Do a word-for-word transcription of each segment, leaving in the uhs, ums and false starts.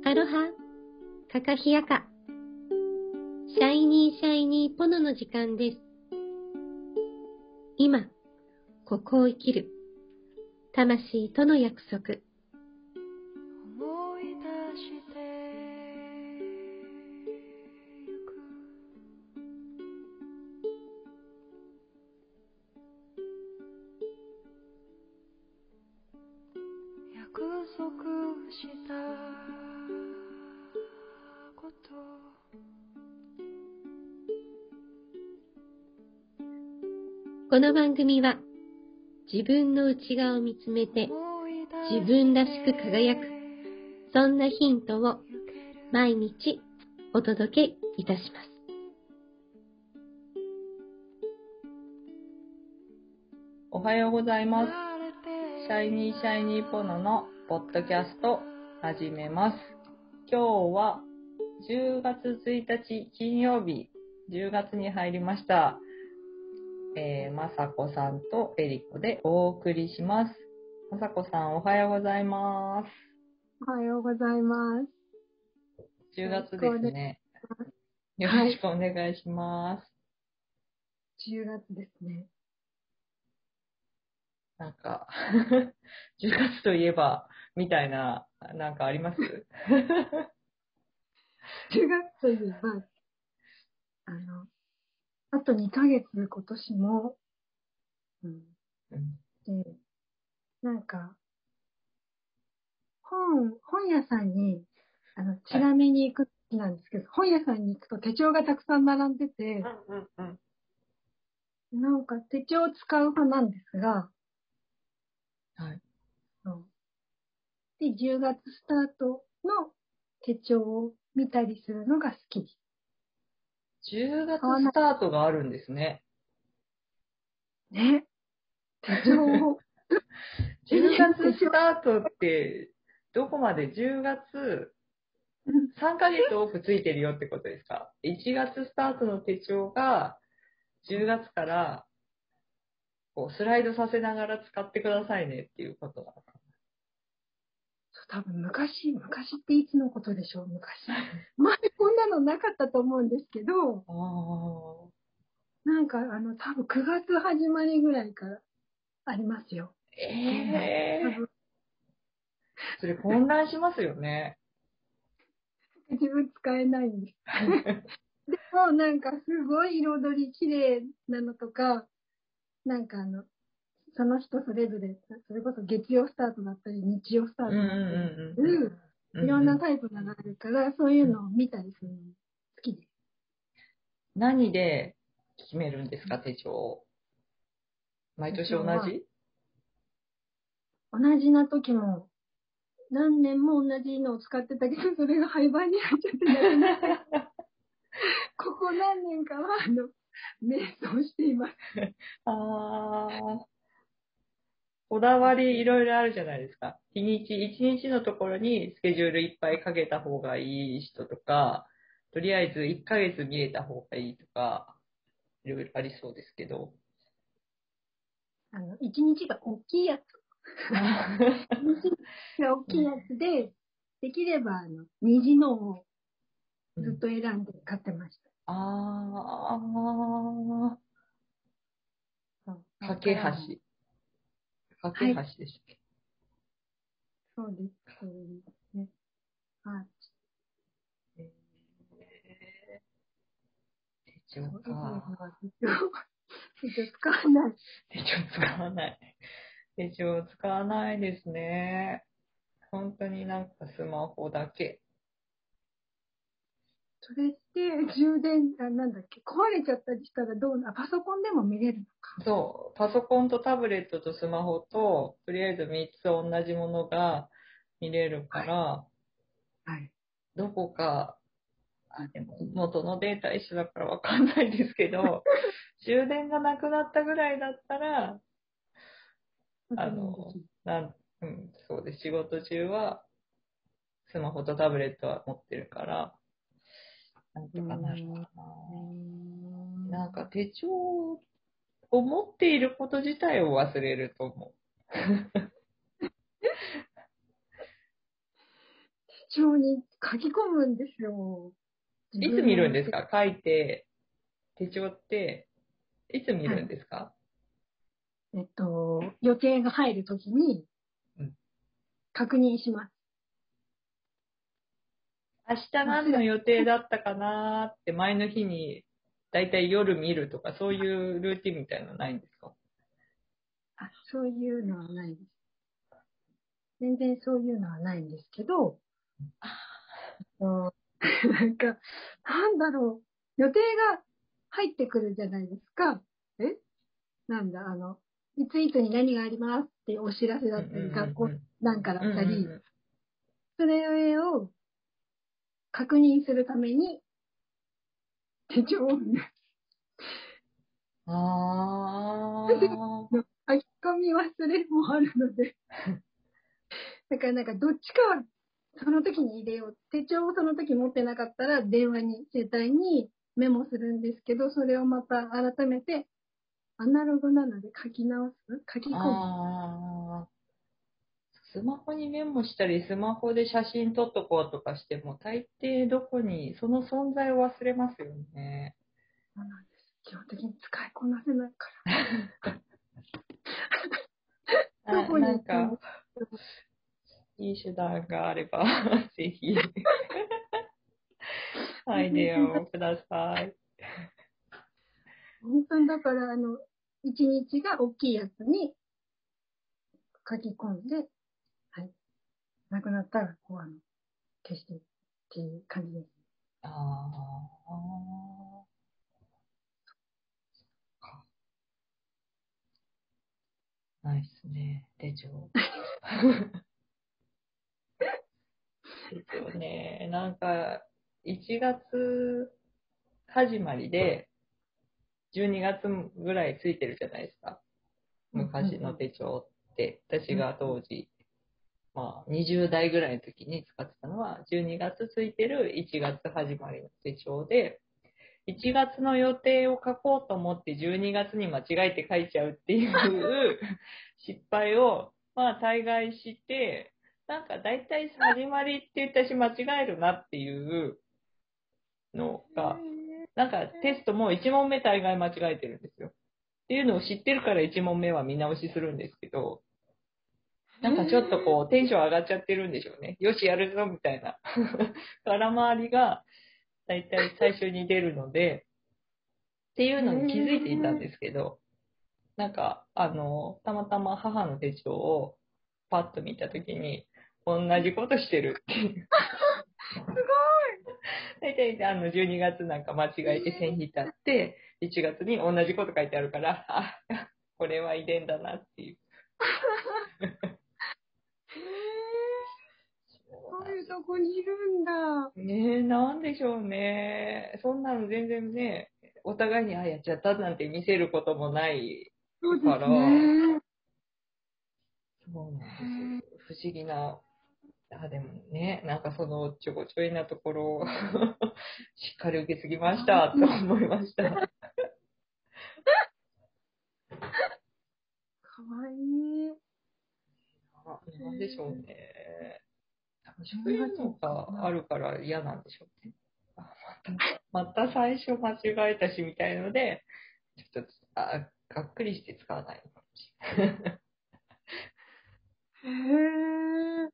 アロハ、カカヒヤカ、シャイニーシャイニーポノの時間です。今、ここを生きる、魂との約束。 思い出してゆく約束したこと。 この番組は自分の内側を見つめて自分らしく輝く、そんなヒントを毎日お届けいたします。 おはようございます。シャイニーシャイニーポノのポッドキャスト始めます。今日はじゅうがつついたち金曜日、じゅうがつに入りました。えー、まさこさんとえりこでお送りします。まさこさんおはようございます。 おはようございます。 じゅうがつですね。よろしくお願いします。はい、 じゅうがつですね。 なんかじゅうがつといえばみたいな、なんかありますじゅうがつといえば、あの、あとにかげつ今年も、うん、で、なんか、本、本屋さんに、あの、ちなみに行く好きなんですけど、はい、本屋さんに行くと手帳がたくさん並んでて、 うんうんうん、 なんか手帳を使う派なんですが、 はい。 そうで、じゅうがつスタートの手帳を見たりするのが好きです。 じゅうがつスタートがあるんですね。 ね。手帳を。 じゅうがつスタートって、どこまでじゅうがつ、さんかげつオフついてるよってことですか？ いち 月スタートの手帳が、じゅうがつからこうスライドさせながら使ってくださいねっていうことなのかな。 多分昔、昔っていつのことでしょう、昔。前こんなのなかったと思うんですけど、 あなんかあの、多分くがつ始まりぐらいからありますよ。 ええー。 多分それ混乱しますよね。 自分使えないんです。でもなんかすごい彩り綺麗なのとか、なんかあの、その人それぞれ、それこそ月曜スタートだったり、日曜スタートだったりする、いろんなタイプがあるから、そういうのを見たりするの好きです。 何で決めるんですか、手帳を。毎年同じ？ 同じな時も、何年も同じのを使ってたけど、それが廃盤になっちゃってなくなって、ここ何年かは、あの、瞑想しています。 ああ。こだわりいろいろあるじゃないですか。日にち、一日のところにスケジュールいっぱいかけた方がいい人とか、とりあえずいっかげつ見れた方がいいとか、いろいろありそうですけど。 あの、一日が大きいやつ。一日が大きいやつで、できれば、あの、虹のをずっと選んで買ってました。 うん、ああ。架け橋。架け橋でしたっけ？ そうです。そうですね。はい。 えー、手帳か。 手帳使わない。 手帳使わない。手帳使わないですね。本当になんかスマホだけ。 それって充電、あ、なんだっけ、壊れちゃったりしたらどうな、パソコンでも見れるのか。 そう、パソコンとタブレットとスマホと、とりあえずみっつ同じものが見れるから、はい。はい、どこか、あ、でも元のデータ一緒だからわかんないですけど、充電がなくなったぐらいだったら、あの、なん、うん、そうです。仕事中は、スマホとタブレットは持ってるから、なんとかなるかな。なんか手帳を持っていること自体を忘れると思う。 手帳に書き込むんですよ。 いつ見るんですか？書いて、手帳って、いつ見るんですか？はい、えっと、予定が入るときに、確認します。 うん、明日何の予定だったかなーって前の日に、だいたい夜見るとか、そういうルーティンみたいなのないんですか？ あ、そういうのはないです。全然そういうのはないんですけど、なんか、なんだろう、予定が入ってくるじゃないですか。えなんだ、あの、いついつに何がありますってお知らせだったり、学校なんかだったり、それを確認するために手帳を見る。 あー。書き込み忘れもあるので。だからなんかどっちかはその時に入れよう。手帳をその時持ってなかったら電話に、携帯にメモするんですけど、それをまた改めてアナログなので書き直す書き込む。 ああ。スマホにメモしたり、スマホで写真撮っとこうとかしても、大抵どこに、その存在を忘れますよね。 そうなんです。基本的に使いこなせないから。どこになんか、いい手段があれば、ぜひ、アイデアをください。 本当にだから、あの、一日が大きいやつに書き込んで、はい。なくなったら、こう、あの、消してっていう感じです。 ああ。ないっすね、手帳。ですよね。なんか、いちがつ始まりで、じゅうにがつぐらいついてるじゃないですか。昔の手帳って、私が当時、まあ、にじゅう代ぐらいの時に使ってたのは、じゅうにがつついてるいちがつ始まりの手帳で、いちがつの予定を書こうと思ってじゅうにがつに間違えて書いちゃうっていう失敗を、まあ、大概して、なんか大体始まりって私間違えるなっていうのが、なんかテストもいち問目大概間違えてるんですよ。っていうのを知ってるからいち問目は見直しするんですけど、なんかちょっとこうテンション上がっちゃってるんでしょうね。よし、やるぞみたいな空回りが大体最初に出るので、っていうのに気づいていたんですけど、なんか、あの、たまたま母の手帳をパッと見たときに、同じことしてるっていう。 すごい大体、あの、じゅうにがつなんか間違えて線引いてあって、いちがつに同じこと書いてあるから、あ、これは遺伝だなっていう。 へそういうとこにいるんだ。 ねえ、なんでしょうね。そんなの全然ね、お互いに、あ、やっちゃったなんて見せることもないそうですから、 ね。 そうなんですよ。不思議な、あ、でもね、なんかそのちょこちょいなところをしっかり受け継ぎましたと思いました。 かわいい。 あ、なんでしょうね。そういうのがあるから嫌なんでしょうね。あ、また、また最初間違えたしみたいので、ちょっと、あ、がっくりして使わないのかもしれない。 へえ。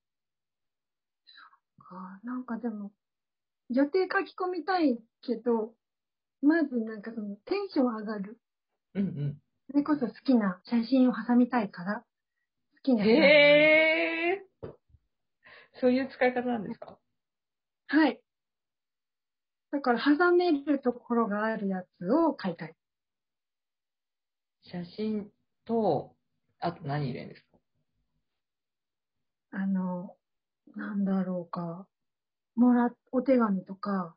か、なんかでも、予定書き込みたいけど、まずなんかそのテンション上がる。 うんうん。 それこそ好きな写真を挟みたいから、好きなへフラグ。 え、そういう使い方なんですか？ はい。だから挟めるところがあるやつを買いたい。 写真と、あと何入れるんですか？ あの、なんだろうか。もら、お手紙とか、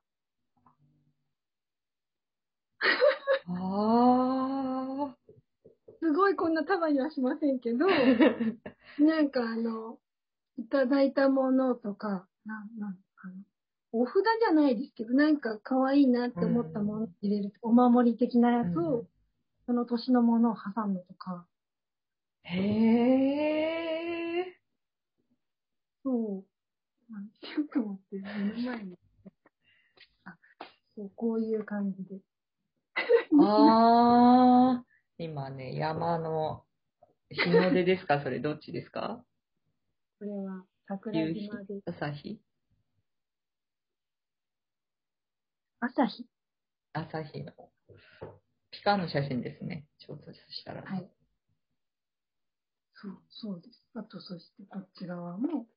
ああ。 すごいこんな束にはしませんけど、なんかあの、いただいたものとか、なん、なん、あの、お札じゃないですけど、なんか可愛いなっうて思ったものん。 入れると、お守り的なやつを、 うん。 その年のものを挟むとか、 へえ。 そう。 しようと思って目の前に。あ、そう、こういう感じで。 ああ、今ね、山の日の出ですか？それどっちですか？ これは桜夕日島で。 朝日朝日。 朝日のピカの写真ですね。ちょっとしたら、ね。 はい。そう、そうです。あと、そしてこっち側も、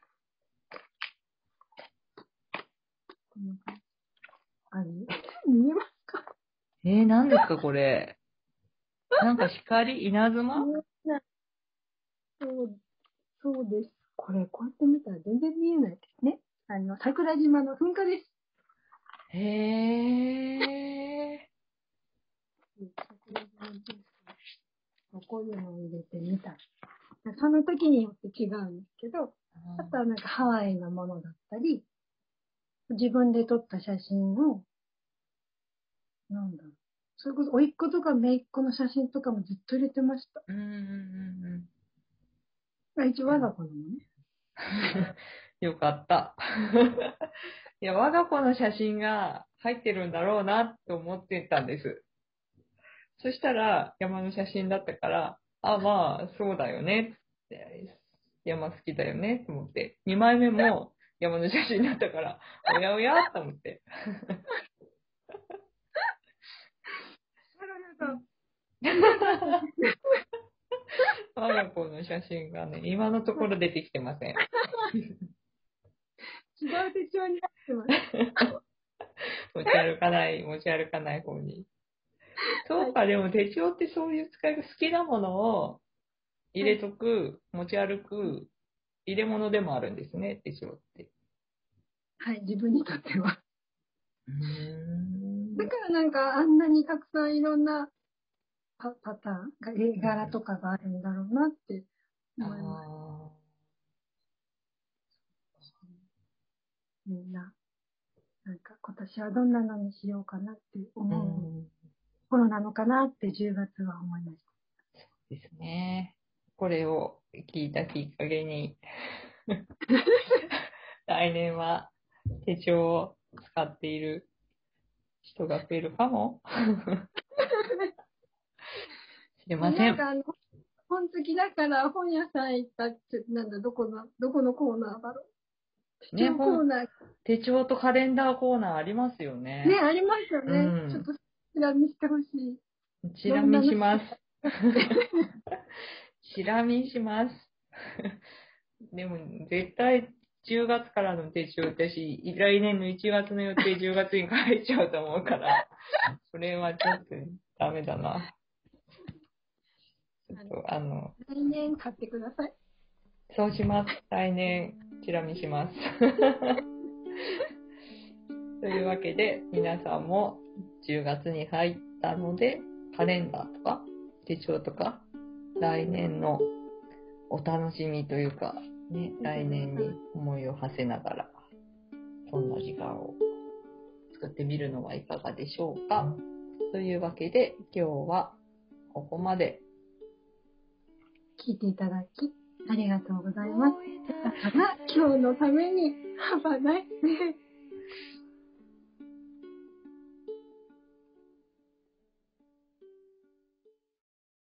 こんな感じ。あれ見えますか？ えー、何ですかこれ。なんか光稲妻そう、そうです。これ、こうやって見たら全然見えないですね。あの、桜島の噴火です。 へえ。 桜島です。こういうのを入れてみた。その時によって違うんですけど、あとはなんかハワイのものだったり、自分で撮った写真を、なんだろう。それこそ、甥っ子とか姪っ子の写真とかもずっと入れてました。 うんうんうんうん。一応我が子のもね。 よかった。いや、我が子の写真が入ってるんだろうなと思ってたんです。そしたら山の写真だったから、あ、まあ、そうだよねって。山好きだよねと思って。にまいめも山の写真だったから、おやおやと思って。我が子の写真がね、今のところ出てきてません。 違う手帳になってます。 持ち歩かない、持ち歩かない方に。そうか、でも手帳ってそういう使いが好きなものを入れとく、持ち歩く、入れ物でもあるんですね、手帳って。 はい、自分にとっては。 うーん。 だからなんかあんなにたくさんいろんなパパターンが、絵柄とかがあるんだろうなって思います。 あみんな、なんか今年はどんなのにしようかなってーう思うん。 頃なのかなってじゅうがつは思いましですね。これを聞いたきっかけに、来年は手帳を使っている人が増えるかもしれた。 ません。 なんかあの、本好きだから本屋さん行ったって、なんだ、どこの、どこのコーナーだろう。手ね、 帳コーナー。 手帳とカレンダーコーナーありますよね。 ね、ありますようね。ちょっん。 と、チラ見してほしい。 チラ見します。チラ見します。でも、絶対じゅうがつからの手帳、私、来年のいちがつの予定じゅうがつに変えちゃうと思うから、それはちょっとダメだな。ちょっと、あの、 来年買ってください。 そうします。来年、チラ見します。というわけで、皆さんもじゅうがつに入ったので、カレンダーとか手帳とか、来年のお楽しみというか、ね、来年に思いを馳せながら、そんな時間を作ってみるのはいかがでしょうか。というわけで、今日はここまで。 聞いていただき、ありがとうございます。だから、今日のために、Have a nice day.